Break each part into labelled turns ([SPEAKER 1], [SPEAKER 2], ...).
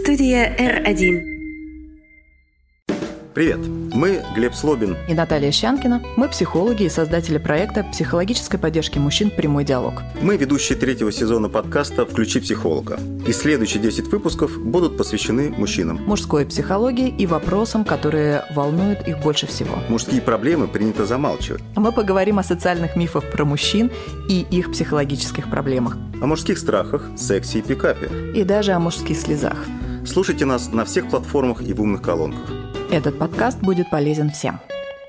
[SPEAKER 1] Студия R1.
[SPEAKER 2] Привет, мы Глеб Слобин
[SPEAKER 3] и Наталья Щанкина. Мы психологи и создатели проекта психологической поддержки мужчин «Прямой диалог».
[SPEAKER 2] Мы ведущие 3-го сезона подкаста «Включи психолога». И следующие 10 выпусков будут посвящены мужчинам.
[SPEAKER 3] Мужской психологии и вопросам, которые волнуют их больше всего.
[SPEAKER 2] Мужские проблемы принято замалчивать.
[SPEAKER 3] Мы поговорим о социальных мифах про мужчин и их психологических проблемах.
[SPEAKER 2] О мужских страхах, сексе и пикапе.
[SPEAKER 3] И даже о мужских слезах.
[SPEAKER 2] Слушайте нас на всех платформах и в умных колонках.
[SPEAKER 3] Этот подкаст будет полезен всем.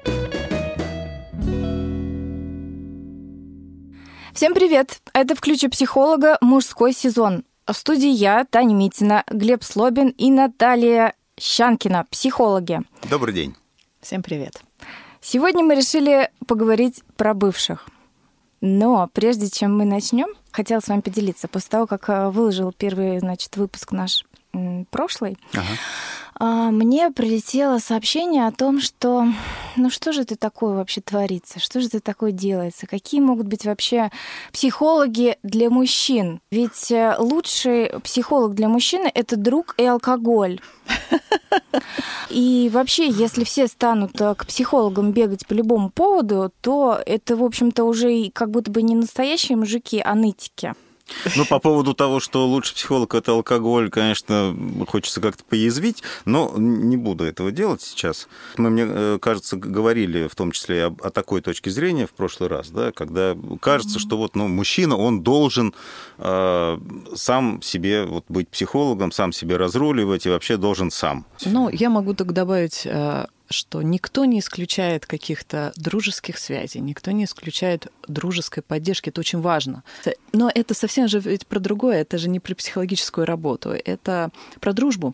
[SPEAKER 4] Всем привет! Это «Включи психолога. Мужской сезон». В студии я, Таня Митина, Глеб Слобин и Наталья Щанкина, психологи.
[SPEAKER 2] Добрый день.
[SPEAKER 3] Всем привет.
[SPEAKER 4] Сегодня мы решили поговорить про бывших. Но прежде чем мы начнем, хотела с вами поделиться. После того, как выложил первый, выпуск наш прошлый, мне прилетело сообщение о том, что что же это такое вообще творится, что же это такое делается, какие могут быть вообще психологи для мужчин. Ведь лучший психолог для мужчины — это друг и алкоголь. И вообще, если все станут к психологам бегать по любому поводу, то это, в общем-то, уже как будто бы не настоящие мужики, а нытики.
[SPEAKER 2] По поводу того, что лучший психолог – это алкоголь, конечно, хочется как-то поязвить, но не буду этого делать сейчас. Мы, мне кажется, говорили в том числе о такой точке зрения в прошлый раз, да, когда кажется, что мужчина, он должен сам себе быть психологом, сам себе разруливать и вообще должен сам.
[SPEAKER 3] Я могу только добавить, что никто не исключает каких-то дружеских связей, никто не исключает дружеской поддержки. Это очень важно. Но это совсем же ведь про другое. Это же не про психологическую работу. Это про дружбу.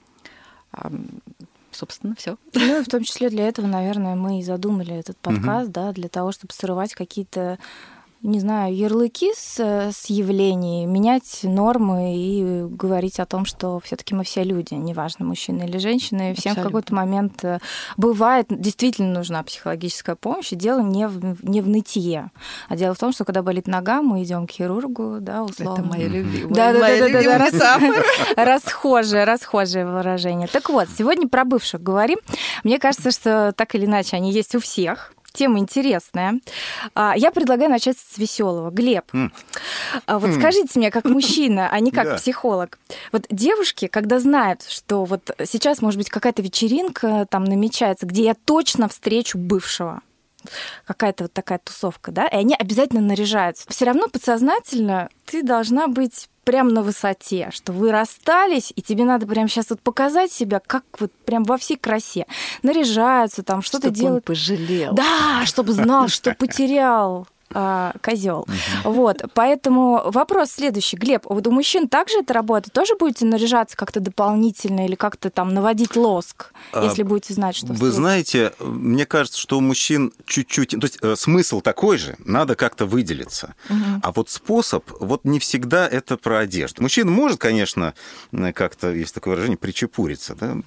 [SPEAKER 3] Собственно, все.
[SPEAKER 4] И в том числе для этого, наверное, мы и задумали этот подкаст, для того, чтобы срывать какие-то, ярлыки с явлений, менять нормы и говорить о том, что все-таки мы все люди, неважно, мужчины или женщины, всем абсолютно. В какой-то момент бывает, действительно нужна психологическая помощь, и дело не в нытье, а дело в том, что когда болит нога, мы идем к хирургу, условно.
[SPEAKER 3] Это моя любимая
[SPEAKER 4] метафора. Расхожее выражение. Так вот, сегодня про бывших говорим. Мне кажется, что так или иначе они есть у всех. Тема интересная. Я предлагаю начать с веселого. Глеб, скажите мне, как мужчина, а не как психолог. Девушки, когда знают, что сейчас, может быть, какая-то вечеринка там намечается, где я точно встречу бывшего, какая-то такая тусовка, и они обязательно наряжаются. Все равно подсознательно ты должна быть прям на высоте, что вы расстались, и тебе надо прямо сейчас показать себя, как прям во всей красе. Наряжаются, там что-то делают.
[SPEAKER 3] Чтобы он пожалел.
[SPEAKER 4] Да, чтобы знал, что потерял козел. Поэтому вопрос следующий. Глеб, у мужчин также это работает? Тоже будете наряжаться как-то дополнительно или как-то там наводить лоск, если будете знать, что
[SPEAKER 2] Вы знаете, мне кажется, что у мужчин чуть-чуть... То есть смысл такой же, надо как-то выделиться. А способ, не всегда это про одежду. Мужчина может, конечно, как-то, есть такое выражение, причепуриться, да?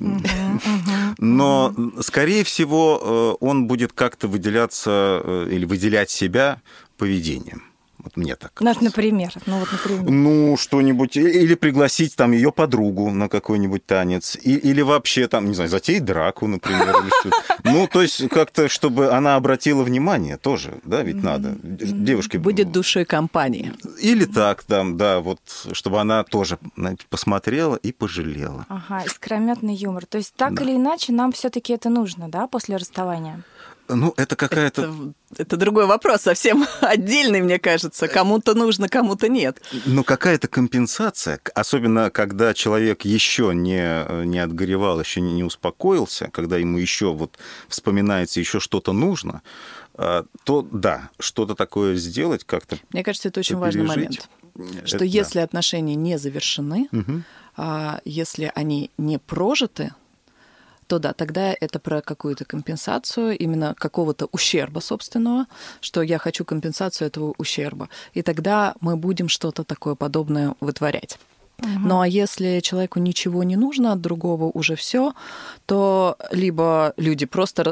[SPEAKER 2] Но, скорее всего, он будет как-то выделяться или выделять себя поведением. Мне так кажется.
[SPEAKER 4] Например.
[SPEAKER 2] Что-нибудь. Или пригласить ее подругу на какой-нибудь танец. Или вообще затеять драку, например. То есть как-то, чтобы она обратила внимание тоже, да, ведь надо. Девушке...
[SPEAKER 3] Будет душой компании.
[SPEAKER 2] Или так, чтобы она тоже посмотрела и пожалела.
[SPEAKER 4] Искрометный юмор. То есть так или иначе нам все-таки это нужно, да, после расставания?
[SPEAKER 2] Это какая-то...
[SPEAKER 3] Это другой вопрос, совсем отдельный, мне кажется. Кому-то нужно, кому-то нет.
[SPEAKER 2] Какая-то компенсация, особенно когда человек еще не отгоревал, еще не успокоился, когда ему еще вспоминается, еще что-то нужно, то да, что-то такое сделать, как-то.
[SPEAKER 3] Мне кажется, это очень важный момент. Что если отношения не завершены, если они не прожиты, то да, тогда это про какую-то компенсацию, именно какого-то ущерба собственного, что я хочу компенсацию этого ущерба. И тогда мы будем что-то такое подобное вытворять. Ну а если человеку ничего не нужно от другого, уже все, то либо люди просто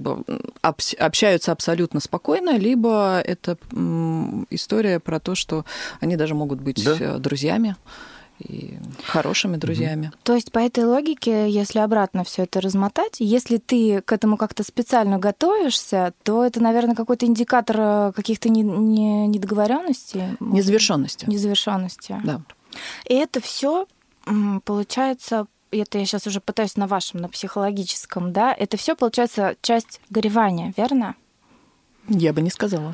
[SPEAKER 3] общаются абсолютно спокойно, либо это история про то, что они даже могут быть друзьями. и хорошими друзьями.
[SPEAKER 4] То есть по этой логике, если обратно все это размотать, если ты к этому как-то специально готовишься, то это, наверное, какой-то индикатор каких-то недоговоренностей, незавершенности.
[SPEAKER 3] Да.
[SPEAKER 4] И это все получается, это я сейчас уже пытаюсь на вашем, на психологическом, да, это все получается часть горевания, верно?
[SPEAKER 3] Я бы не сказала.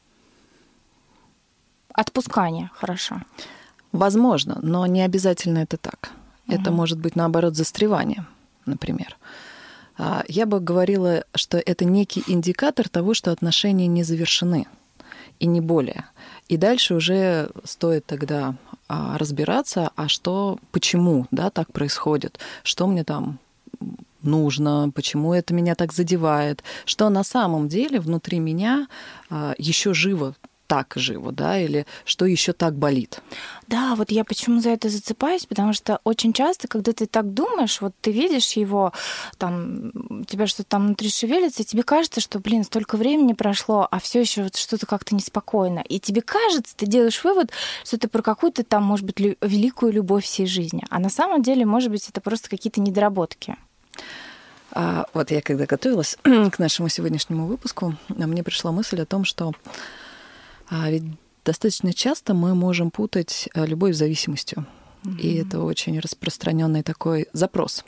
[SPEAKER 4] Отпускание, хорошо.
[SPEAKER 3] Возможно, но не обязательно это так. Это может быть, наоборот, застревание, например. Я бы говорила, что это некий индикатор того, что отношения не завершены, и не более. И дальше уже стоит тогда разбираться, почему, да, так происходит, что мне там нужно, почему это меня так задевает, что на самом деле внутри меня еще живо, да, или что еще так болит.
[SPEAKER 4] Да, вот я почему за это зацепаюсь, потому что очень часто, когда ты так думаешь, вот ты видишь его, там, у тебя что-то там внутри шевелится, и тебе кажется, что, столько времени прошло, а все еще вот что-то как-то неспокойно. И тебе кажется, ты делаешь вывод, что это про какую-то там, может быть, великую любовь всей жизни. А на самом деле, может быть, это просто какие-то недоработки.
[SPEAKER 3] Вот я когда готовилась к нашему сегодняшнему выпуску, мне пришла мысль о том, что ведь достаточно часто мы можем путать любовь с зависимостью. И это очень распространенный такой запрос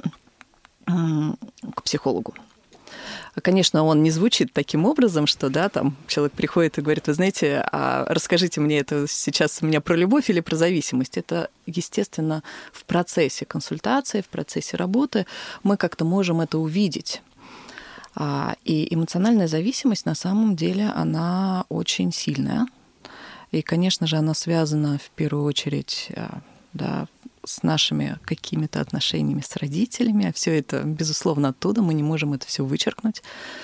[SPEAKER 3] к психологу. Конечно, он не звучит таким образом, что да, там человек приходит и говорит: вы знаете, расскажите мне, это сейчас у меня про любовь или про зависимость. Это, естественно, в процессе консультации, в процессе работы мы как-то можем это увидеть. И эмоциональная зависимость, на самом деле, она очень сильная. И, конечно же, она связана в первую очередь, да, с нашими какими-то отношениями с родителями. А все это, безусловно, оттуда. Мы не можем это все вычеркнуть.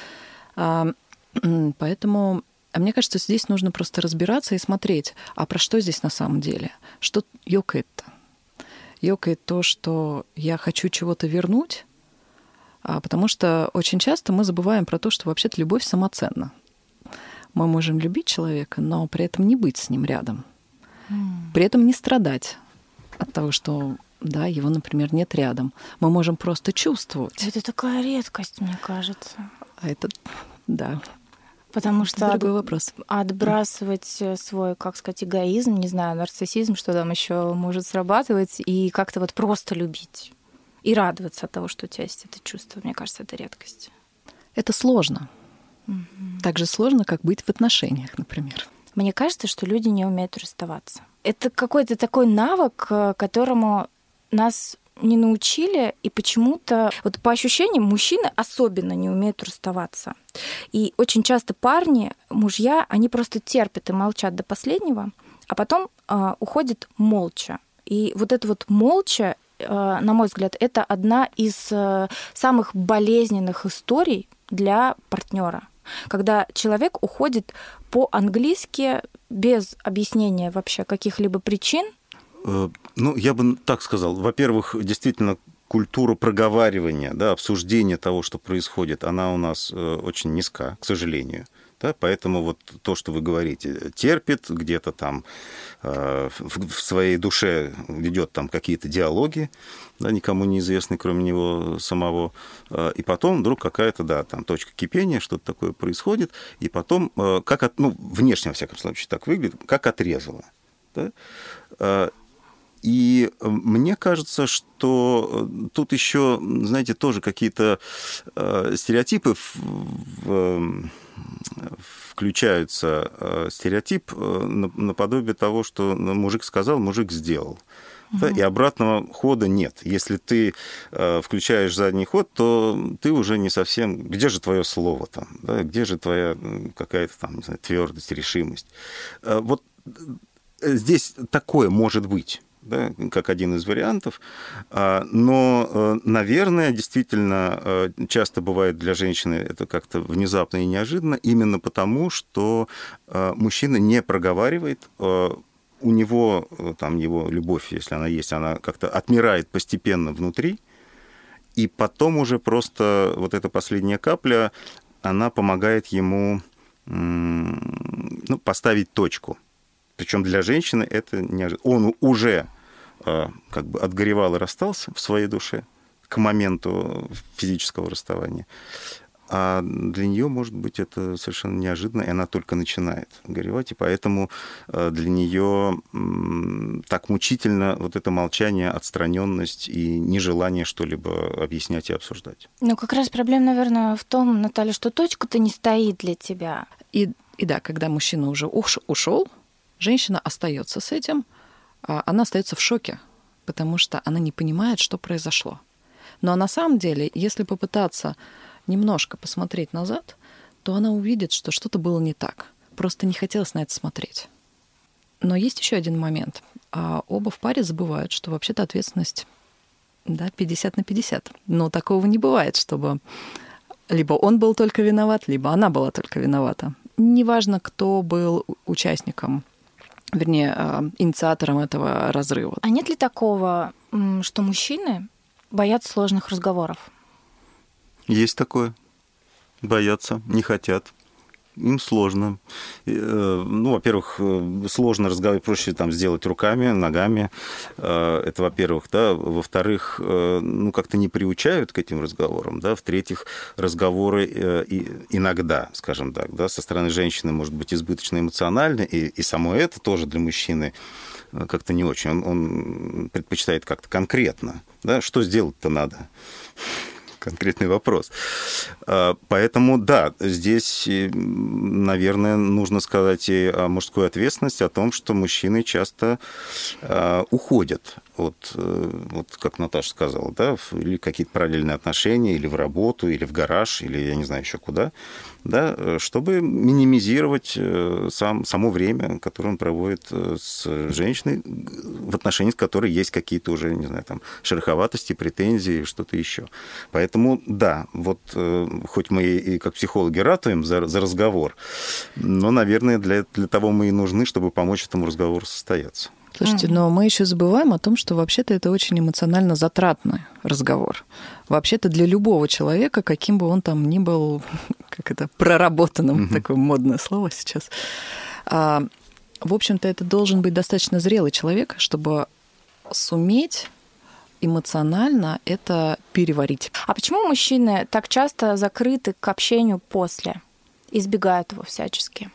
[SPEAKER 3] Поэтому, мне кажется, здесь нужно просто разбираться и смотреть, а про что здесь на самом деле? Что ёкает-то? Ёкает то, что я хочу чего-то вернуть, потому что очень часто мы забываем про то, что вообще-то любовь самоценна. Мы можем любить человека, но при этом не быть с ним рядом. При этом не страдать от того, что, да, его, например, нет рядом. Мы можем просто чувствовать.
[SPEAKER 4] Это такая редкость, мне кажется.
[SPEAKER 3] Это, да.
[SPEAKER 4] Потому что
[SPEAKER 3] другой вопрос.
[SPEAKER 4] Отбрасывать свой, как сказать, эгоизм, не знаю, нарциссизм, что там еще может срабатывать, и как-то вот просто любить. И радоваться от того, что у тебя есть это чувство. Мне кажется, это редкость. Это
[SPEAKER 3] сложно. Так же сложно, как быть в отношениях, например.
[SPEAKER 4] Мне кажется, что люди не умеют расставаться. Это какой-то такой навык, которому нас не научили, и почему-то, вот по ощущениям, мужчины особенно не умеют расставаться. И очень часто парни, мужья, они просто терпят и молчат до последнего, а потом уходят молча. И вот это вот молча, на мой взгляд, это одна из самых болезненных историй для партнера, когда человек уходит по-английски без объяснения вообще каких-либо причин.
[SPEAKER 2] Ну, я бы так сказал. Во-первых, действительно, культура проговаривания, да, обсуждения того, что происходит, она у нас очень низка, к сожалению. Да, поэтому вот то, что вы говорите, терпит, где-то там в своей душе ведет там какие-то диалоги, да, никому неизвестные, кроме него самого, и потом вдруг какая-то, да, там точка кипения, что-то такое происходит, и потом, внешне, во всяком случае, так выглядит, как отрезало. Да? И мне кажется, что тут еще, знаете, тоже какие-то стереотипы включаются, стереотип наподобие того, что мужик сказал, мужик сделал. Да, и обратного хода нет. Если ты включаешь задний ход, то ты уже не совсем... Где же твое слово там? Да? Где же твоя какая-то там, не знаю, твердость, решимость? Вот здесь такое может быть. Да, как один из вариантов. Но, наверное, действительно, часто бывает для женщины это как-то внезапно и неожиданно, именно потому, что мужчина не проговаривает, у него там его любовь, если она есть, она как-то отмирает постепенно внутри, и потом уже просто вот эта последняя капля, она помогает ему поставить точку. Причем для женщины это неожиданно. Он уже как бы отгоревал и расстался в своей душе к моменту физического расставания. А для нее, может быть, это совершенно неожиданно, и она только начинает горевать, и поэтому для нее так мучительно вот это молчание, отстраненность и нежелание что-либо объяснять и обсуждать.
[SPEAKER 4] Ну, как раз проблема, наверное, в том, Наталья, что точка-то не стоит для тебя.
[SPEAKER 3] И да, когда мужчина уже ушел, женщина остается с этим, она остается в шоке, потому что она не понимает, что произошло. Но на самом деле, если попытаться немножко посмотреть назад, то она увидит, что что-то было не так. Просто не хотелось на это смотреть. Но есть еще один момент. Оба в паре забывают, что вообще-то ответственность 50 на 50. Но такого не бывает, чтобы либо он был только виноват, либо она была только виновата. Неважно, кто был участником, вернее, инициатором этого разрыва.
[SPEAKER 4] А нет ли такого, что мужчины боятся сложных разговоров?
[SPEAKER 2] Есть такое. Боятся, не хотят. Им сложно. Ну, во-первых, сложно разговаривать, проще там сделать руками, ногами. Это, во-первых, да. Во-вторых, ну, как-то не приучают к этим разговорам, да. В-третьих, разговоры иногда, скажем так, да, со стороны женщины может быть избыточно эмоциональны, и само это тоже для мужчины как-то не очень. Он предпочитает как-то конкретно, да. Что сделать-то надо? Конкретный вопрос. Поэтому, да, здесь, наверное, нужно сказать и о мужской ответственности, о том, что мужчины часто уходят от, вот как Наташа сказала, да, или какие-то параллельные отношения, или в работу, или в гараж, или я не знаю еще куда, да, чтобы минимизировать само время, которое он проводит с женщиной, в отношении с которой есть какие-то уже, не знаю, там, шероховатости, претензии, что-то еще. Поэтому, да, вот хоть мы и как психологи ратуем за разговор, но, наверное, для того мы и нужны, чтобы помочь этому разговору состояться.
[SPEAKER 3] Слушайте, но мы еще забываем о том, что вообще-то это очень эмоционально затратный разговор. Вообще-то для любого человека, каким бы он там ни был, как это, проработанным, такое модное слово сейчас, в общем-то, это должен быть достаточно зрелый человек, чтобы суметь эмоционально это переварить.
[SPEAKER 4] А почему мужчины так часто закрыты к общению после, избегают его всячески?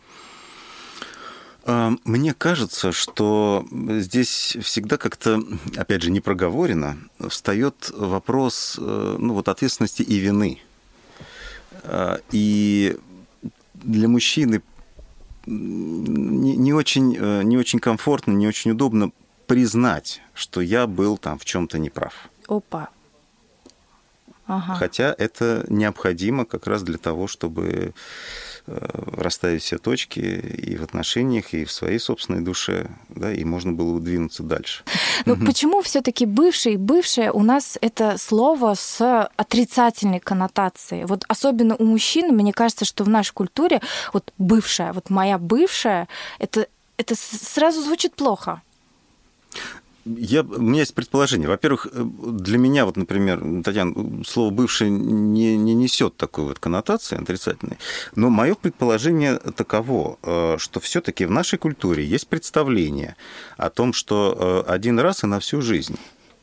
[SPEAKER 2] Мне кажется, что здесь всегда как-то, опять же, не проговорено, встает вопрос, ну, вот ответственности и вины. И для мужчины не очень комфортно, не очень удобно признать, что я был там в чем-то неправ.
[SPEAKER 4] Опа. Ага.
[SPEAKER 2] Хотя это необходимо как раз для того, чтобы расставить все точки и в отношениях, и в своей собственной душе, да, и можно было двинуться дальше.
[SPEAKER 4] Но почему все-таки бывшая у нас это слово с отрицательной коннотацией? Вот особенно у мужчин, мне кажется, что в нашей культуре вот бывшая, вот моя бывшая, это сразу звучит плохо.
[SPEAKER 2] У меня есть предположение. Во-первых, для меня, вот, например, Татьяна, слово «бывший» не несет такой вот коннотации отрицательной, но мое предположение таково, что все-таки в нашей культуре есть представление о том, что один раз и на всю жизнь.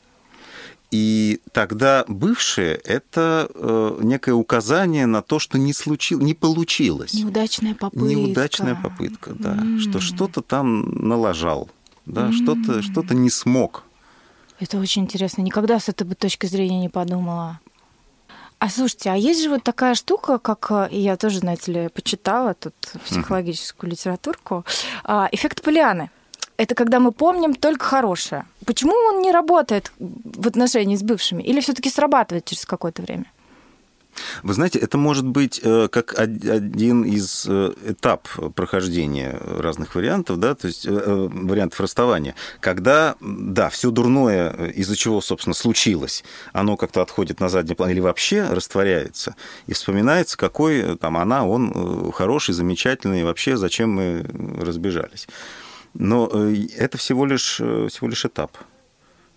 [SPEAKER 2] И тогда бывшее – это некое указание на то, что не получилось.
[SPEAKER 4] Неудачная попытка.
[SPEAKER 2] Неудачная попытка, да. Что что-то там налажал. Да, что-то не смог.
[SPEAKER 4] Это очень интересно. Никогда с этой точки зрения не подумала. А слушайте, а есть же вот такая штука, как я тоже, знаете ли, почитала тут психологическую литературку, эффект Поллианны. Это когда мы помним только хорошее. Почему он не работает в отношении с бывшими? Или все-таки срабатывает через какое-то время?
[SPEAKER 2] Вы знаете, это может быть как один из этапов прохождения разных вариантов, да, то есть вариантов расставания, когда, да, все дурное, из-за чего, собственно, случилось, оно как-то отходит на задний план или вообще растворяется, и вспоминается, какой там он хороший, замечательный, и вообще зачем мы разбежались. Но это всего лишь этап.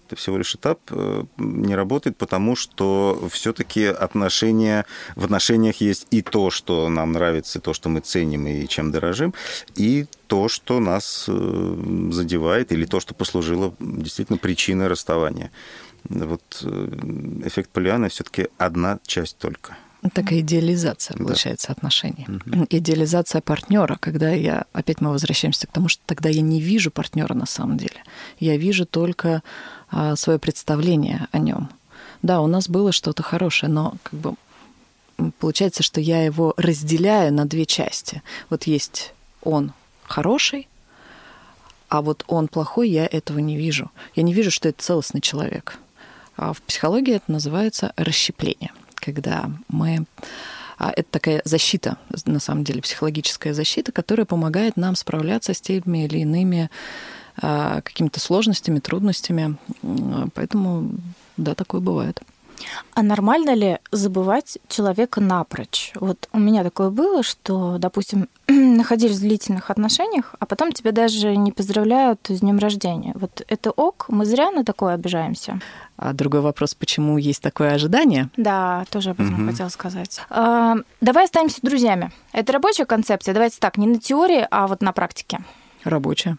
[SPEAKER 2] Это всего лишь этап, не работает, потому что все-таки в отношениях есть и то, что нам нравится, и то, что мы ценим и чем дорожим, и то, что нас задевает, или то, что послужило действительно причиной расставания. Вот эффект Поллианны все-таки одна часть только.
[SPEAKER 3] Такая идеализация, получается, отношений. Идеализация партнера, когда опять мы возвращаемся к тому, что тогда я не вижу партнера на самом деле. Я вижу только свое представление о нем. Да, у нас было что-то хорошее, но как бы получается, что я его разделяю на две части. Вот есть он хороший, а вот он плохой, я этого не вижу. Я не вижу, что это целостный человек. А в психологии это называется расщепление. Когда это такая защита, на самом деле, психологическая защита, которая помогает нам справляться с теми или иными какими-то сложностями, трудностями. Поэтому, да, такое бывает.
[SPEAKER 4] А нормально ли забывать человека напрочь? Вот у меня такое было, что, допустим, находились в длительных отношениях, а потом тебя даже не поздравляют с днем рождения. Вот это ок? Мы зря на такое обижаемся?
[SPEAKER 3] А другой вопрос, почему есть такое ожидание?
[SPEAKER 4] Да, тоже об этом хотела сказать. Давай останемся друзьями. Это рабочая концепция? Давайте так, не на теории, а вот на практике.
[SPEAKER 3] Рабочая.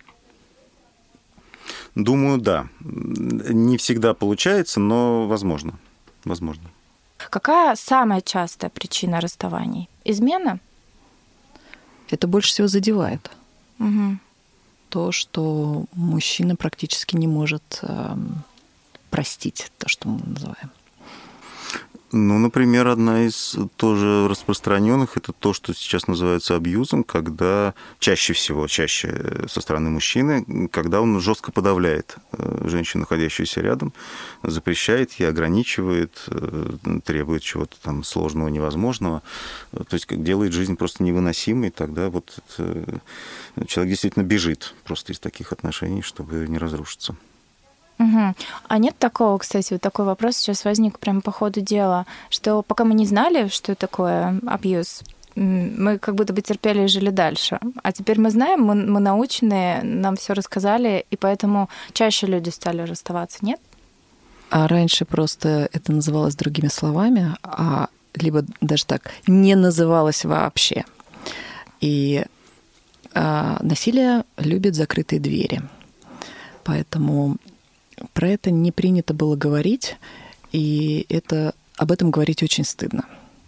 [SPEAKER 2] Думаю, да. Не всегда получается, но возможно. Возможно.
[SPEAKER 4] Какая самая частая причина расставаний? Измена?
[SPEAKER 3] Это больше всего задевает.
[SPEAKER 4] Угу.
[SPEAKER 3] То, что мужчина практически не может простить, то, что мы называем.
[SPEAKER 2] Ну, например, одна из тоже распространенных это то, что сейчас называется абьюзом, когда чаще со стороны мужчины, когда он жестко подавляет женщину, находящуюся рядом, запрещает ей, ограничивает, требует чего-то там сложного, невозможного, то есть делает жизнь просто невыносимой, тогда вот человек действительно бежит просто из таких отношений, чтобы не разрушиться.
[SPEAKER 4] Угу. А нет такого, кстати, вот такой вопрос сейчас возник прямо по ходу дела, что пока мы не знали, что такое абьюз, мы как будто бы терпели и жили дальше. А теперь мы знаем, мы научены, нам все рассказали, и поэтому чаще люди стали расставаться, нет?
[SPEAKER 3] А раньше просто это называлось другими словами, либо даже так, не называлось вообще. И насилие любит закрытые двери. Поэтому про это не принято было говорить, и об этом говорить очень стыдно.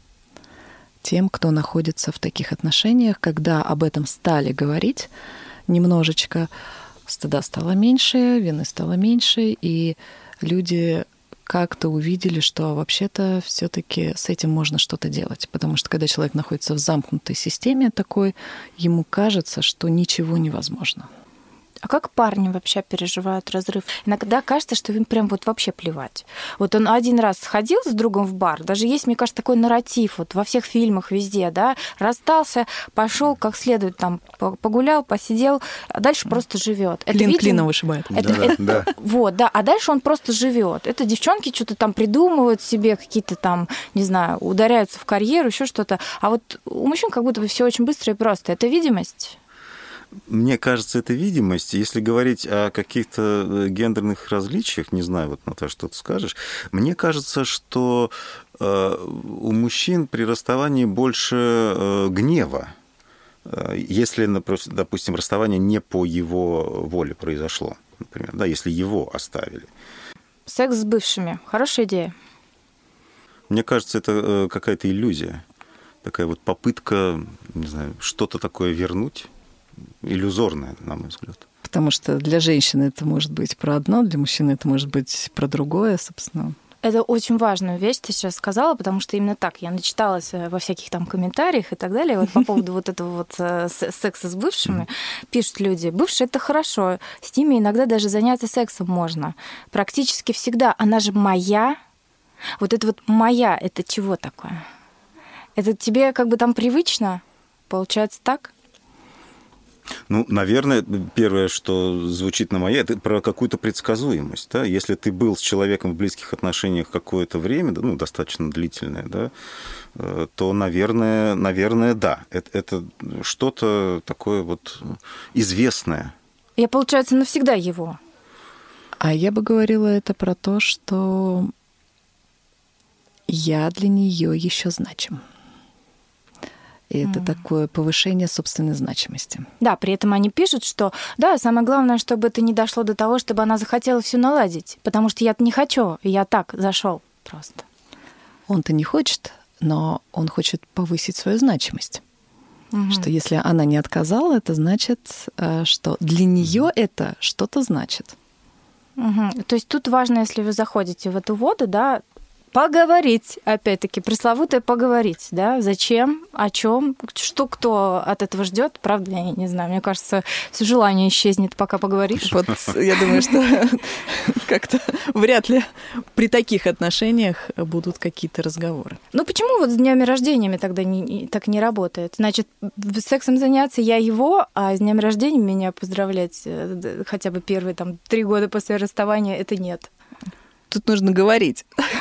[SPEAKER 3] Тем, кто находится в таких отношениях, когда об этом стали говорить немножечко, стыда стало меньше, вины стало меньше, и люди как-то увидели, что вообще-то все-таки с этим можно что-то делать. Потому что когда человек находится в замкнутой системе такой, ему кажется, что ничего невозможно.
[SPEAKER 4] А как парни вообще переживают разрыв? Иногда кажется, что им прям вот вообще плевать. Вот он один раз сходил с другом в бар, даже есть, мне кажется, такой нарратив вот во всех фильмах везде, да, расстался, пошел как следует, там погулял, посидел, а дальше просто живет.
[SPEAKER 3] Клин клином вышибает.
[SPEAKER 2] Да.
[SPEAKER 4] Вот, да, а дальше он просто живет. Это девчонки что-то там придумывают себе, какие-то там, не знаю, ударяются в карьеру, еще что-то. А вот у мужчин как будто бы все очень быстро и просто. Это видимость?
[SPEAKER 2] Мне кажется, это видимость. Если говорить о каких-то гендерных различиях, не знаю, вот, Наташа, что ты скажешь, мне кажется, что у мужчин при расставании больше гнева. Если, допустим, расставание не по его воле произошло, например, да, если его оставили.
[SPEAKER 4] Секс с бывшими. Хорошая идея.
[SPEAKER 2] Мне кажется, это какая-то иллюзия. Такая вот попытка, не знаю, что-то такое вернуть. Иллюзорное, на мой взгляд.
[SPEAKER 3] Потому что для женщины это может быть про одно, для мужчины это может быть про другое, собственно.
[SPEAKER 4] Это очень важную вещь ты сейчас сказала, потому что именно так я начиталась во всяких там комментариях и так далее. Вот по поводу вот этого вот секса с бывшими пишут люди: бывшие — это хорошо, с ними иногда даже заняться сексом можно. Практически всегда. Она же моя. Вот это вот моя, это чего такое? Это тебе как бы там привычно? Получается так?
[SPEAKER 2] Ну, наверное, первое, что звучит на моей, это про какую-то предсказуемость. Да? Если ты был с человеком в близких отношениях какое-то время, ну, достаточно длительное, да, то, наверное, да. Это что-то такое вот известное.
[SPEAKER 4] Я, получается, навсегда его.
[SPEAKER 3] А я бы говорила это про то, что я для нее еще значим. И это такое повышение собственной значимости.
[SPEAKER 4] Да, при этом они пишут, что да, самое главное, чтобы это не дошло до того, чтобы она захотела все наладить, потому что я-то не хочу, я так зашел просто.
[SPEAKER 3] Он-то не хочет, но он хочет повысить свою значимость. Что если она не отказала, это значит, что для нее это что-то значит.
[SPEAKER 4] То есть тут важно, если вы заходите в эту воду, да, поговорить, опять-таки, пресловутое поговорить, да, зачем, о чем, что кто от этого ждет, правда, я не знаю, мне кажется, все желание исчезнет, пока поговоришь.
[SPEAKER 3] Вот я думаю, что как-то вряд ли при таких отношениях будут какие-то разговоры.
[SPEAKER 4] Ну почему вот с днями рождениями тогда так не работает? Значит, сексом заняться я его, а с днем рождения меня поздравлять хотя бы первые 3 года после расставания это нет.
[SPEAKER 3] Тут нужно говорить.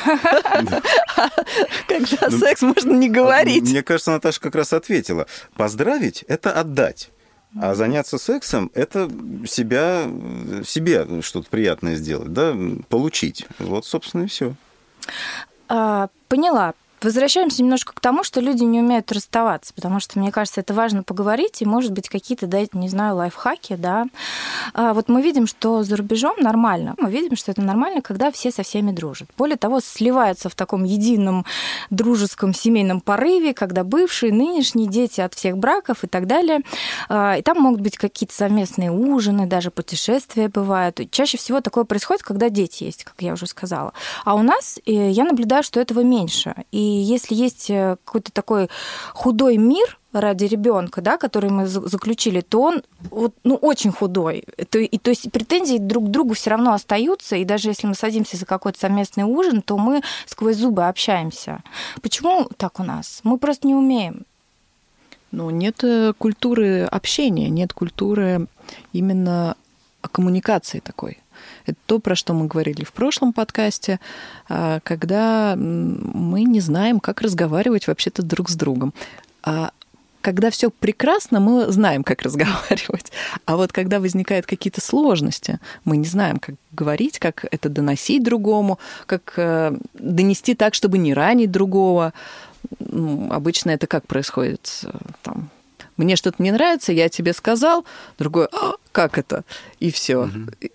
[SPEAKER 3] Когда секс можно не говорить.
[SPEAKER 2] Мне кажется, Наташа как раз ответила. Поздравить – это отдать. А заняться сексом – это себе что-то приятное сделать, да, получить. Вот, собственно, и все.
[SPEAKER 4] Поняла. Возвращаемся немножко к тому, что люди не умеют расставаться, потому что, мне кажется, это важно поговорить, и, может быть, какие-то, да, не знаю, лайфхаки, да. Вот мы видим, что за рубежом нормально. Мы видим, что это нормально, когда все со всеми дружат. Более того, сливаются в таком едином дружеском семейном порыве, когда бывшие, нынешние дети от всех браков и так далее. И там могут быть какие-то совместные ужины, даже путешествия бывают. И чаще всего такое происходит, когда дети есть, как я уже сказала. А у нас я наблюдаю, что этого меньше. И если есть какой-то такой худой мир ради ребенка, да, который мы заключили, то он очень худой. То есть претензии друг к другу все равно остаются, и даже если мы садимся за какой-то совместный ужин, то мы сквозь зубы общаемся. Почему так у нас? Мы просто не умеем.
[SPEAKER 3] Нет культуры общения, нет культуры именно коммуникации такой. Это то, про что мы говорили в прошлом подкасте, когда мы не знаем, как разговаривать вообще-то друг с другом. А когда все прекрасно, мы знаем, как разговаривать. А вот когда возникают какие-то сложности, мы не знаем, как говорить, как это доносить другому, как донести так, чтобы не ранить другого. Обычно это как происходит? Мне что-то не нравится, я тебе сказал, другой, как это? И все.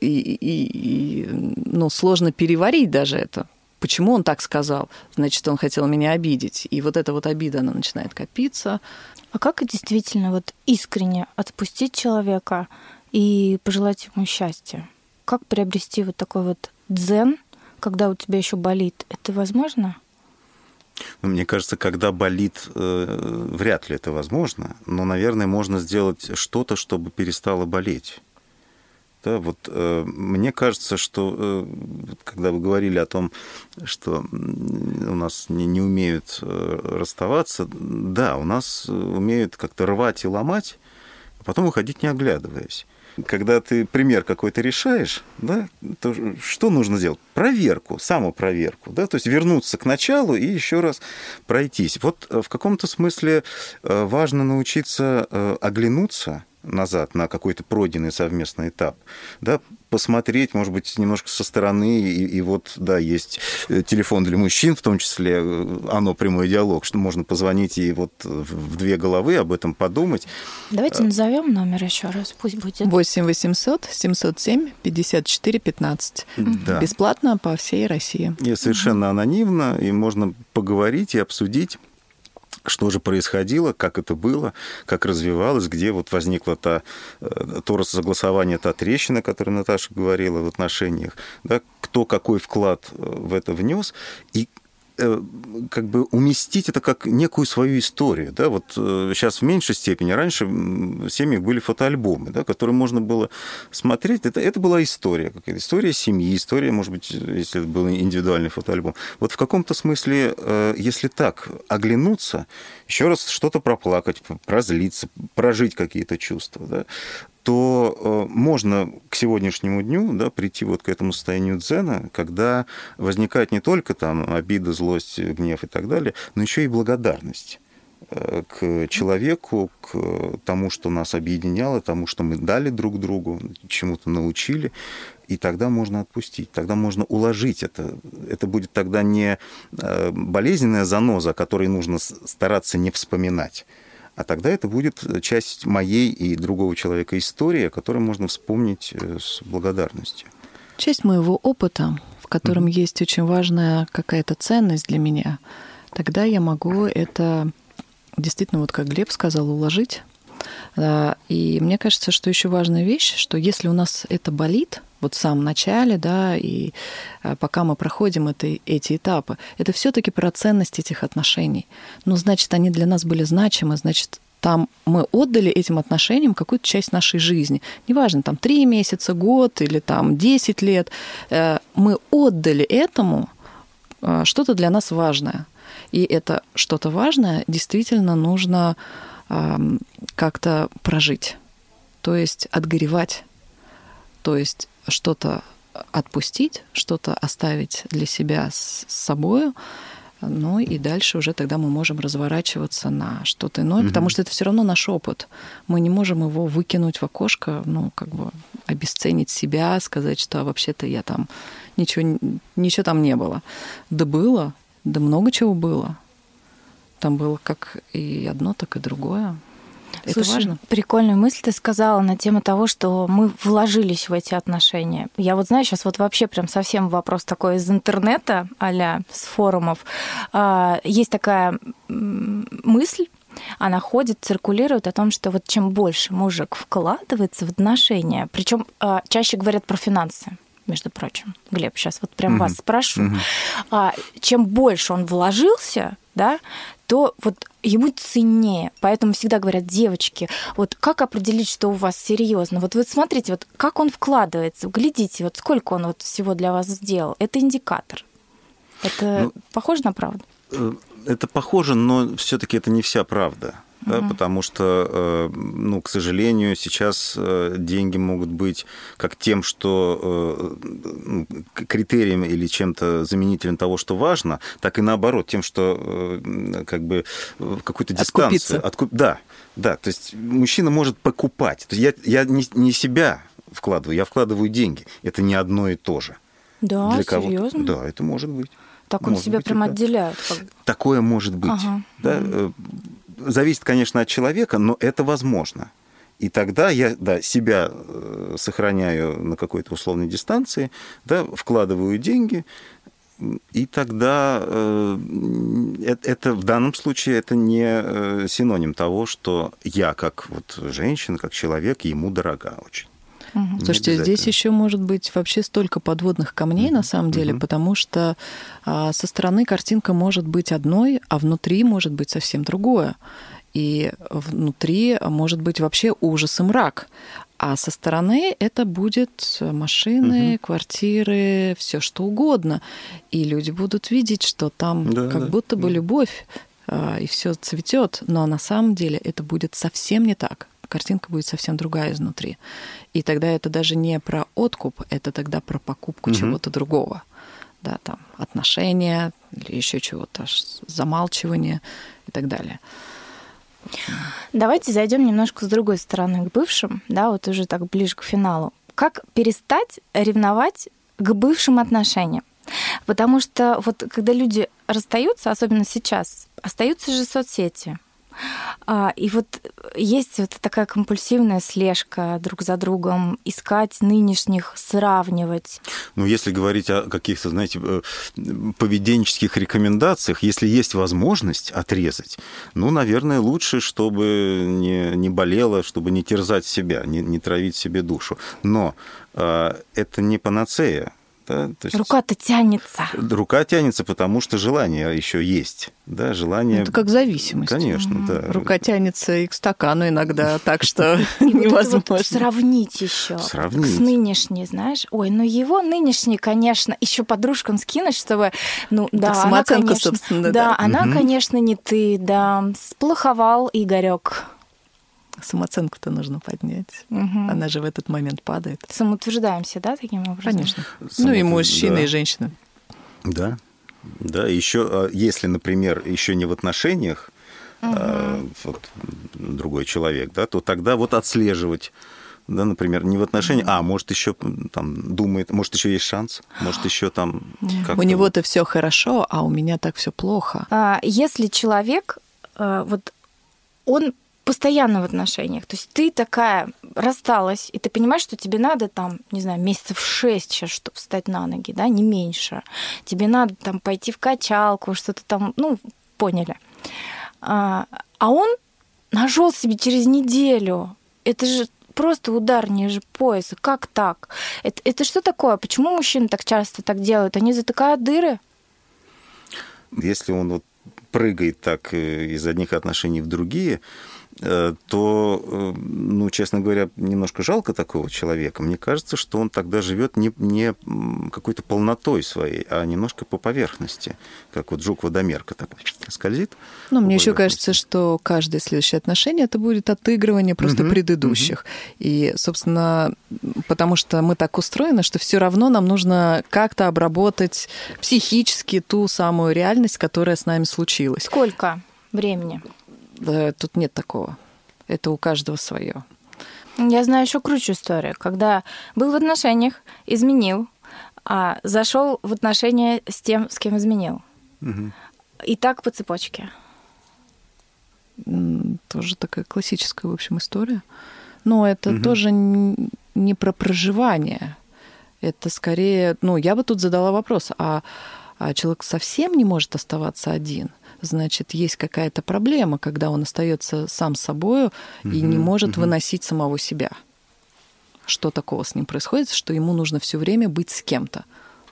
[SPEAKER 3] И сложно переварить даже это. Почему он так сказал? Значит, он хотел меня обидеть. И вот эта вот обида, она начинает копиться.
[SPEAKER 4] А как действительно искренне отпустить человека и пожелать ему счастья? Как приобрести такой дзен, когда у тебя еще болит? Это возможно?
[SPEAKER 2] Мне кажется, когда болит, вряд ли это возможно, но, наверное, можно сделать что-то, чтобы перестало болеть. Да, мне кажется, что когда вы говорили о том, что у нас не умеют расставаться, да, у нас умеют как-то рвать и ломать, а потом уходить, не оглядываясь. Когда ты пример какой-то решаешь, да, то что нужно сделать? Проверку, самопроверку, да, то есть вернуться к началу и еще раз пройтись. В каком-то смысле важно научиться оглянуться назад на какой-то пройденный совместный этап, да, посмотреть, может быть, немножко со стороны, и есть телефон для мужчин, в том числе, оно прямой диалог, что можно позвонить и в 2 головы об этом подумать.
[SPEAKER 4] Давайте назовем номер еще раз, пусть будет.
[SPEAKER 3] 8 800 707 54 15. Да. Бесплатно по всей России.
[SPEAKER 2] И совершенно анонимно, и можно поговорить и обсудить, что же происходило, как это было, как развивалось, где возникло то согласование, та трещина, о которой Наташа говорила в отношениях, да, кто какой вклад в это внес, и уместить это как некую свою историю. Да? Сейчас в меньшей степени. Раньше в семьях были фотоальбомы, да, которые можно было смотреть. Это была история какая-то. История семьи, история, может быть, если это был индивидуальный фотоальбом. В каком-то смысле, если так оглянуться, еще раз что-то проплакать, прозлиться, прожить какие-то чувства, да, то можно к сегодняшнему дню, да, прийти к этому состоянию дзена, когда возникает не только обида, злость, гнев и так далее, но еще и благодарность. к человеку, к тому, что нас объединяло, тому, что мы дали друг другу, чему-то научили, и тогда можно отпустить, тогда можно уложить это. Это будет тогда не болезненная заноза, о которой нужно стараться не вспоминать, а тогда это будет часть моей и другого человека истории, о которой можно вспомнить с благодарностью.
[SPEAKER 3] Часть моего опыта, в котором есть очень важная какая-то ценность для меня, тогда я могу это действительно, вот как Глеб сказал, уложить. И мне кажется, что еще важная вещь, что если у нас это болит, вот в самом начале, да, и пока мы проходим эти этапы, это все-таки про ценность этих отношений. Ну, значит, они для нас были значимы, значит, там мы отдали этим отношениям какую-то часть нашей жизни. Неважно, там 3 месяца, год или там 10 лет. Мы отдали этому что-то для нас важное. И это что-то важное действительно нужно как-то прожить, то есть отгоревать, то есть что-то отпустить, что-то оставить для себя с собою, ну и дальше уже тогда мы можем разворачиваться на что-то иное, потому что это все равно наш опыт. Мы не можем его выкинуть в окошко, ну, как бы обесценить себя, сказать, что вообще-то я там ничего там не было. Да было, да много чего было. Там было как и одно, так и другое.
[SPEAKER 4] Слушай,
[SPEAKER 3] это важно.
[SPEAKER 4] Прикольную мысль ты сказала на тему того, что мы вложились в эти отношения. Я вот знаю, сейчас вот вообще прям совсем вопрос такой из интернета, а-ля с форумов. Есть такая мысль, она ходит, циркулирует о том, что вот чем больше мужик вкладывается в отношения, причем чаще говорят про финансы, между прочим. Глеб, сейчас вот прям вас спрошу. Чем больше он вложился, да, то вот ему ценнее. Поэтому всегда говорят, девочки, вот как определить, что у вас серьезно? Вот вы смотрите, вот как он вкладывается, глядите, вот сколько он вот всего для вас сделал. Это индикатор. Это похоже на правду?
[SPEAKER 2] Это похоже, но все-таки это не вся правда. Да, потому что, ну, к сожалению, сейчас деньги могут быть как тем, что критерием или чем-то заменителем того, что важно, так и наоборот, тем, что как бы какую-то дистанцию... Да, то есть мужчина может покупать. То есть я не себя вкладываю, я вкладываю деньги. Это не одно и то же.
[SPEAKER 4] Да,
[SPEAKER 2] для
[SPEAKER 4] серьезно?
[SPEAKER 2] Да, это может быть.
[SPEAKER 4] Так он себя прям отделяет.
[SPEAKER 2] Такое может быть. Да? Зависит, конечно, от человека, но это возможно. И тогда я себя сохраняю на какой-то условной дистанции, да, вкладываю деньги, и тогда это в данном случае это не синоним того, что я как вот женщина, как человек, ему дорога очень.
[SPEAKER 3] Слушайте, здесь еще может быть вообще столько подводных камней, на самом деле, потому что со стороны картинка может быть одной, а внутри может быть совсем другое. И внутри может быть вообще ужас и мрак. А со стороны это будет машины, квартиры, все что угодно. И люди будут видеть, что там будто бы любовь, и все цветет. Но на самом деле это будет совсем не так. Картинка будет совсем другая изнутри. И тогда это даже не про откуп, это тогда про покупку чего-то другого. Да, там отношения или еще чего-то, замалчивание и так далее.
[SPEAKER 4] Давайте зайдем немножко с другой стороны к бывшим, да, вот уже так ближе к финалу. Как перестать ревновать к бывшим отношениям? Потому что вот когда люди расстаются, особенно сейчас, остаются же соцсети. И вот есть вот такая компульсивная слежка друг за другом, искать нынешних, сравнивать.
[SPEAKER 2] Ну, если говорить о каких-то, знаете, поведенческих рекомендациях, если есть возможность отрезать, ну, наверное, лучше, чтобы не болело, чтобы не терзать себя, не травить себе душу. Но это не панацея. Да? То есть
[SPEAKER 4] рука-то тянется.
[SPEAKER 2] Рука тянется, потому что желание еще есть. Да, желание...
[SPEAKER 3] Это как зависимость.
[SPEAKER 2] Конечно, да.
[SPEAKER 3] Рука тянется и к стакану иногда, так что невозможно.
[SPEAKER 4] Сравнить еще с нынешней, знаешь. Ой, ну его нынешний, конечно, еще подружкам скинуть, чтобы... Ну да,
[SPEAKER 3] самооценка, собственно.
[SPEAKER 4] Да, она, конечно, не ты, да. Сплоховал Игорёк.
[SPEAKER 3] Самооценку-то нужно поднять. Она же в этот момент падает.
[SPEAKER 4] Самоутверждаемся, да, таким образом?
[SPEAKER 3] Конечно. Ну и мужчины, и женщины.
[SPEAKER 2] Да. Да, еще, если, например, еще не в отношениях, вот, другой человек, да, то тогда вот отслеживать, да, например, не в отношении, может, еще там думает, может, еще есть шанс, может, еще там как-то...
[SPEAKER 3] У него-то все хорошо, а у меня так все плохо.
[SPEAKER 4] Если человек, вот он постоянно в отношениях, то есть ты такая рассталась, и ты понимаешь, что тебе надо там, не знаю, месяцев 6 сейчас, чтобы встать на ноги, да, не меньше. Тебе надо там пойти в качалку, что-то там, поняли. А он нашел себе через неделю. Это же просто удар ниже пояса. Как так? Это что такое? Почему мужчины так часто так делают? Они затыкают дыры?
[SPEAKER 2] Если он вот прыгает так из одних отношений в другие, то, честно говоря, немножко жалко такого человека. Мне кажется, что он тогда живет не какой-то полнотой своей, а немножко по поверхности, как вот жук-водомерка так скользит.
[SPEAKER 3] Мне еще кажется, что каждое следующее отношение это будет отыгрывание просто предыдущих. И, собственно, потому что мы так устроены, что все равно нам нужно как-то обработать психически ту самую реальность, которая с нами случилась.
[SPEAKER 4] Сколько времени?
[SPEAKER 3] Да, тут нет такого. Это у каждого свое.
[SPEAKER 4] Я знаю еще круче историю, когда был в отношениях, изменил, а зашел в отношения с тем, с кем изменил. И так по цепочке.
[SPEAKER 3] Тоже такая классическая, в общем, история. Но это тоже не про проживание. Это скорее... я бы тут задала вопрос, а человек совсем не может оставаться один? Значит, есть какая-то проблема, когда он остается сам собою и не может выносить самого себя. Что такого с ним происходит, что ему нужно все время быть с кем-то?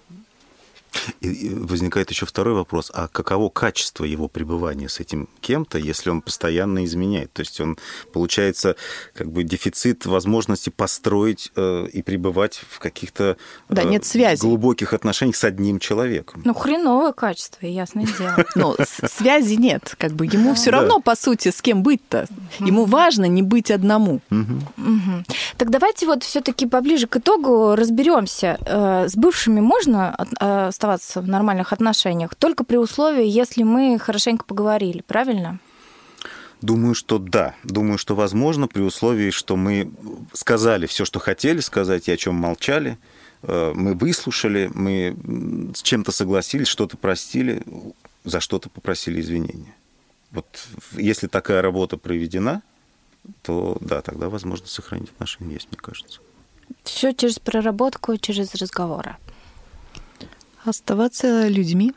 [SPEAKER 2] И возникает еще второй вопрос. А каково качество его пребывания с этим кем-то, если он постоянно изменяет? То есть он, получается, как бы дефицит возможности построить и пребывать в каких-то
[SPEAKER 3] нет связи.
[SPEAKER 2] Глубоких отношениях с одним человеком.
[SPEAKER 4] Хреновое качество, ясное дело.
[SPEAKER 3] Связи нет. Как бы ему все равно, по сути, с кем быть-то. Ему важно не быть одному.
[SPEAKER 4] Так давайте вот все-таки поближе к итогу разберемся. С бывшими можно оставаться в нормальных отношениях только при условии, если мы хорошенько поговорили, правильно?
[SPEAKER 2] Думаю, что да. Думаю, что возможно при условии, что мы сказали все, что хотели сказать, и о чем молчали. Мы выслушали, мы с чем-то согласились, что-то простили, за что-то попросили извинения. Вот если такая работа проведена, то да, тогда возможность сохранить отношения есть, мне кажется.
[SPEAKER 4] Все через проработку, через разговоры.
[SPEAKER 3] Оставаться людьми,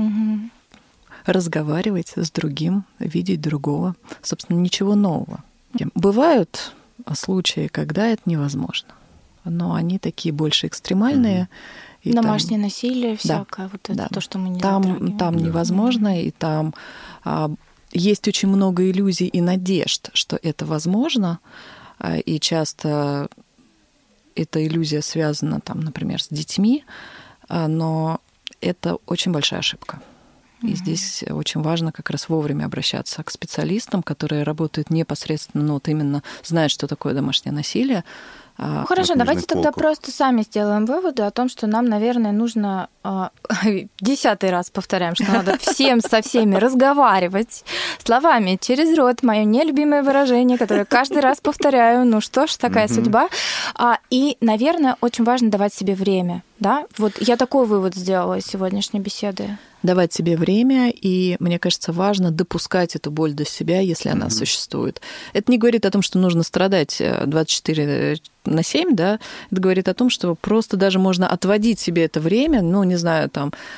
[SPEAKER 3] разговаривать с другим, видеть другого. Собственно, ничего нового. Бывают случаи, когда это невозможно. Но они такие больше экстремальные.
[SPEAKER 4] И домашнее насилие всякое, вот это то, что мы не затрагиваем.
[SPEAKER 3] Там невозможно, и там есть очень много иллюзий и надежд, что это возможно. И часто эта иллюзия связана, например, с детьми, но это очень большая ошибка. И здесь очень важно как раз вовремя обращаться к специалистам, которые работают непосредственно, именно знают, что такое домашнее насилие.
[SPEAKER 4] Хорошо, давайте тогда просто сами сделаем выводы о том, что нам, наверное, нужно 10-й раз повторяем, что надо всем со всеми разговаривать словами через рот, мое нелюбимое выражение, которое каждый раз повторяю, что ж, такая судьба. И, наверное, очень важно давать себе время. Да? Вот я такой вывод сделала из сегодняшней беседы. Давать себе время, и, мне кажется, важно допускать эту боль до себя, если она существует. Это не говорит о том, что нужно страдать 24/7, да? Это говорит о том, что просто даже можно отводить себе это время, не знаю,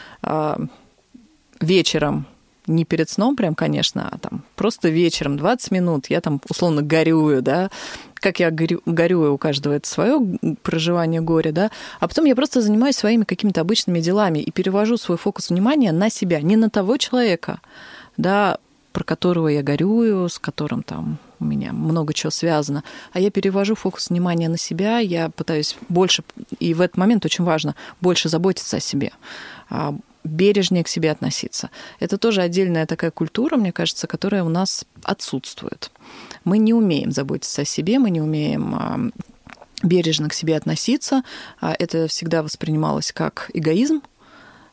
[SPEAKER 4] вечером, не перед сном прям, конечно, а просто вечером 20 минут я условно горюю, да, как я горюю, у каждого это свое проживание горя, да, а потом я просто занимаюсь своими какими-то обычными делами и перевожу свой фокус внимания на себя, не на того человека, да, про которого я горюю, с которым у меня много чего связано, а я перевожу фокус внимания на себя, я пытаюсь больше, и в этот момент очень важно, больше заботиться о себе, бережнее к себе относиться. Это тоже отдельная такая культура, мне кажется, которая у нас отсутствует. Мы не умеем заботиться о себе, мы не умеем бережно к себе относиться. Это всегда воспринималось как эгоизм,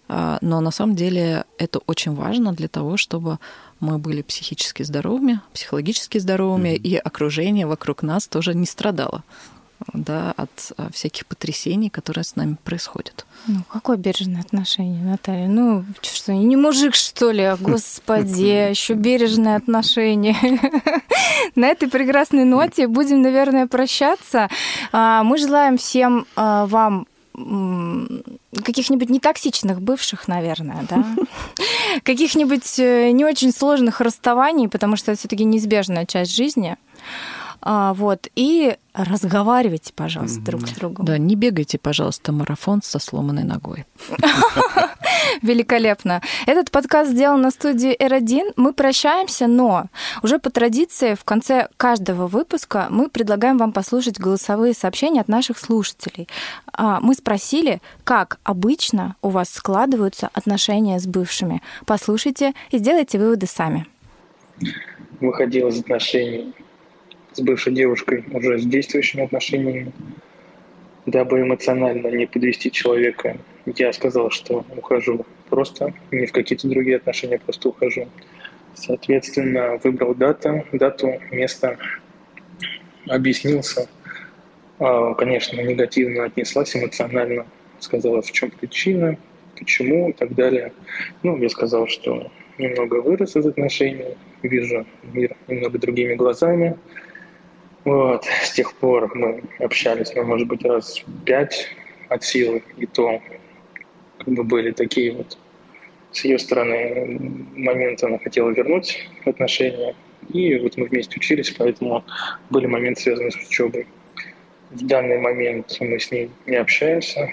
[SPEAKER 3] Но на самом деле это очень важно для того, чтобы мы были психически здоровыми, психологически здоровыми, и окружение вокруг нас тоже не страдало, да, от всяких потрясений, которые с нами происходят.
[SPEAKER 4] Ну, какое бережное отношение, Наталья? Ну, что, не мужик, что ли? Господи, еще бережное отношение. На этой прекрасной ноте будем, наверное, прощаться. Мы желаем всем вам каких-нибудь нетоксичных бывших, наверное, да? Каких-нибудь не очень сложных расставаний, потому что это все-таки неизбежная часть жизни. Вот. И разговаривайте, пожалуйста, друг с другом.
[SPEAKER 3] Да, не бегайте, пожалуйста, марафон со сломанной ногой.
[SPEAKER 4] Великолепно. Этот подкаст сделан на студии R1. Мы прощаемся, но уже по традиции в конце каждого выпуска мы предлагаем вам послушать голосовые сообщения от наших слушателей. Мы спросили, как обычно у вас складываются отношения с бывшими. Послушайте и сделайте выводы сами.
[SPEAKER 1] Выходил из отношений с бывшей девушкой уже с действующими отношениями. Дабы эмоционально не подвести человека, я сказал, что ухожу просто, не в какие-то другие отношения, просто ухожу. Соответственно, выбрал дату, место, объяснился. Конечно, негативно отнеслась эмоционально, сказала, в чем причина, почему и так далее. Я сказал, что немного вырос из отношений, вижу мир немного другими глазами. Вот. С тех пор мы общались, может быть, раз 5 от силы, и то были такие вот с ее стороны моменты, она хотела вернуть отношения, и вот мы вместе учились, поэтому были моменты, связанные с учебой. В данный момент мы с ней не общаемся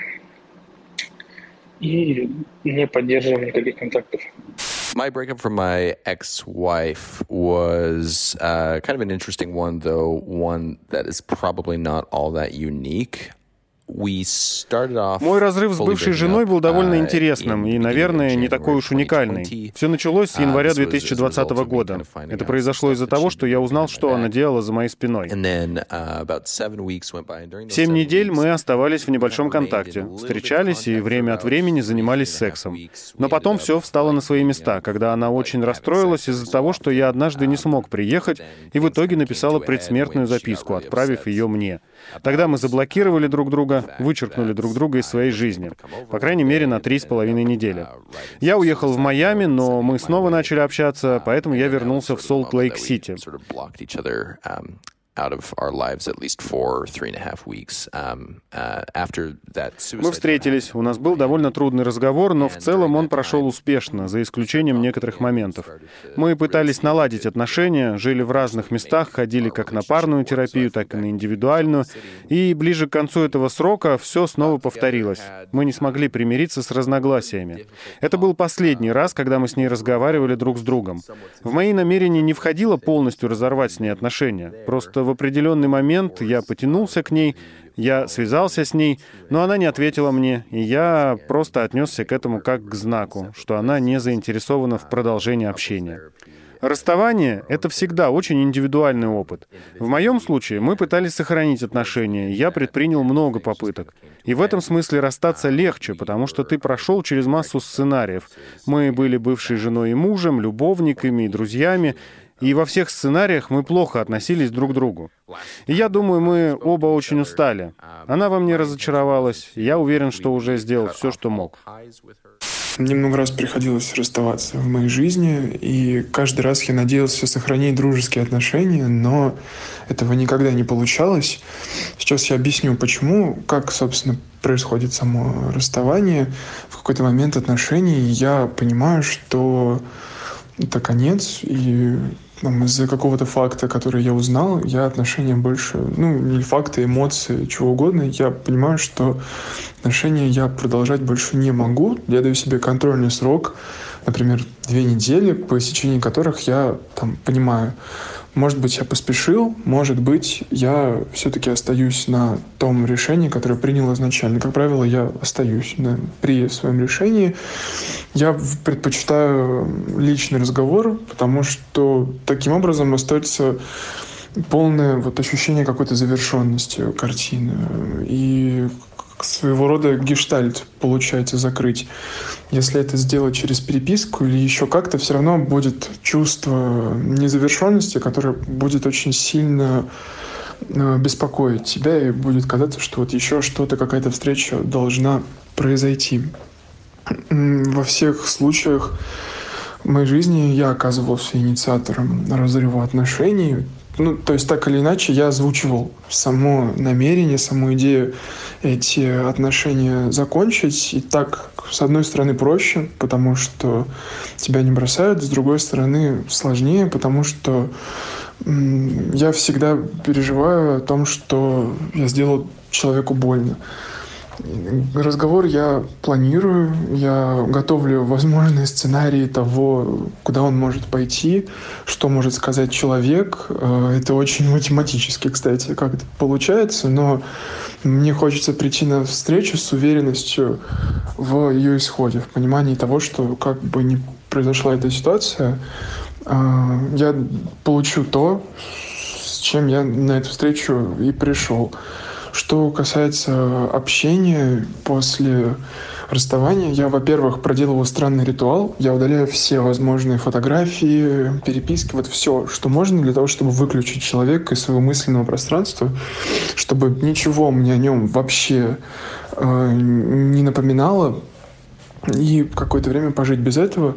[SPEAKER 1] и не поддерживаем никаких контактов.
[SPEAKER 5] My breakup from my ex-wife was kind of an interesting one, though one that is probably not all that unique.
[SPEAKER 6] Мой разрыв с бывшей женой был довольно интересным и, наверное, не такой уж уникальный. Все началось с января 2020 года. Это произошло из-за того, что я узнал, что она делала за моей спиной. 7 недель мы оставались в небольшом контакте, встречались и время от времени занимались сексом. Но потом все встало на свои места, когда она очень расстроилась из-за того, что я однажды не смог приехать, и в итоге написала предсмертную записку, отправив ее мне. Тогда мы заблокировали друг друга, вычеркнули друг друга из своей жизни. По крайней мере, на 3,5 недели. Я уехал в Майами, но мы снова начали общаться, поэтому я вернулся в Солт-Лейк-Сити. Мы встретились, у нас был довольно трудный разговор, но в целом он прошел успешно, за исключением некоторых моментов. Мы пытались наладить отношения, жили в разных местах, ходили как на парную терапию, так и на индивидуальную, и ближе к концу этого срока все снова повторилось. Мы не смогли примириться с разногласиями. Это был последний раз, когда мы с ней разговаривали друг с другом. В мои намерения не входило полностью разорвать с ней отношения. Просто в определенный момент я потянулся к ней, я связался с ней, но она не ответила мне, и я просто отнесся к этому как к знаку, что она не заинтересована в продолжении общения. Расставание — это всегда очень индивидуальный опыт. В моем случае мы пытались сохранить отношения, я предпринял много попыток. И в этом смысле расстаться легче, потому что ты прошел через массу сценариев. Мы были бывшей женой и мужем, любовниками и друзьями, и во всех сценариях мы плохо относились друг к другу. И я думаю, мы оба очень устали. Она во мне разочаровалась, и я уверен, что уже сделал все, что мог.
[SPEAKER 7] Мне много раз приходилось расставаться в моей жизни, и каждый раз я надеялся сохранить дружеские отношения, но этого никогда не получалось. Сейчас я объясню, почему, как, собственно, происходит само расставание. В какой-то момент отношений я понимаю, что это конец, и из-за какого-то факта, который я узнал, я отношения больше, не факты, эмоции, чего угодно, я понимаю, что отношения я продолжать больше не могу. Я даю себе контрольный срок, например, 2 недели, по истечении которых я понимаю, может быть, я поспешил, может быть, я все-таки остаюсь на том решении, которое принял изначально. Как правило, я остаюсь при своем решении. Я предпочитаю личный разговор, потому что таким образом остается полное ощущение какой-то завершенности картины. И своего рода гештальт получается закрыть. Если это сделать через переписку или еще как-то, все равно будет чувство незавершенности, которое будет очень сильно беспокоить тебя, и будет казаться, что вот еще что-то, какая-то встреча должна произойти. Во всех случаях в моей жизни я оказывался инициатором разрыва отношений. То есть так или иначе я озвучивал само намерение, саму идею эти отношения закончить. И так, с одной стороны, проще, потому что тебя не бросают, с другой стороны, сложнее, потому что я всегда переживаю о том, что я сделал человеку больно. Разговор я планирую, я готовлю возможные сценарии того, куда он может пойти, что может сказать человек. Это очень математически, кстати, как это получается, но мне хочется прийти на встречу с уверенностью в ее исходе, в понимании того, что как бы ни произошла эта ситуация, я получу то, с чем я на эту встречу и пришел. Что касается общения после расставания, я, во-первых, проделываю странный ритуал. Я удаляю все возможные фотографии, переписки, вот все, что можно для того, чтобы выключить человека из своего мысленного пространства, чтобы ничего мне о нем вообще не напоминало, и какое-то время пожить без этого.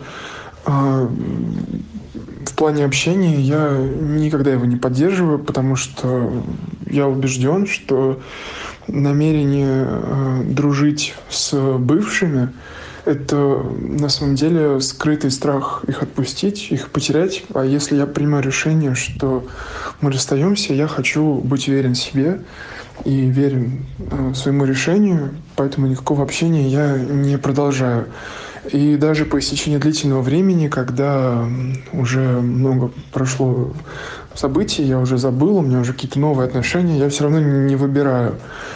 [SPEAKER 7] В плане общения я никогда его не поддерживаю, потому что я убежден, что намерение дружить с бывшими – это на самом деле скрытый страх их отпустить, их потерять. А если я принимаю решение, что мы расстаемся, я хочу быть уверен в себе и верен своему решению, поэтому никакого общения я не продолжаю. И даже по истечении длительного времени, когда уже много прошло событий, я уже забыл, у меня уже какие-то новые отношения, я все равно не выбираю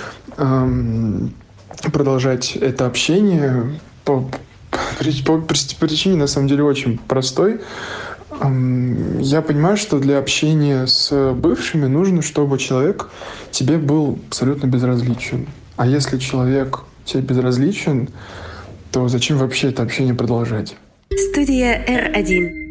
[SPEAKER 7] продолжать это общение по причине, на самом деле, очень простой. Я понимаю, что для общения с бывшими нужно, чтобы человек тебе был абсолютно безразличен. А если человек тебе безразличен, то зачем вообще это общение продолжать?
[SPEAKER 8] Студия R1.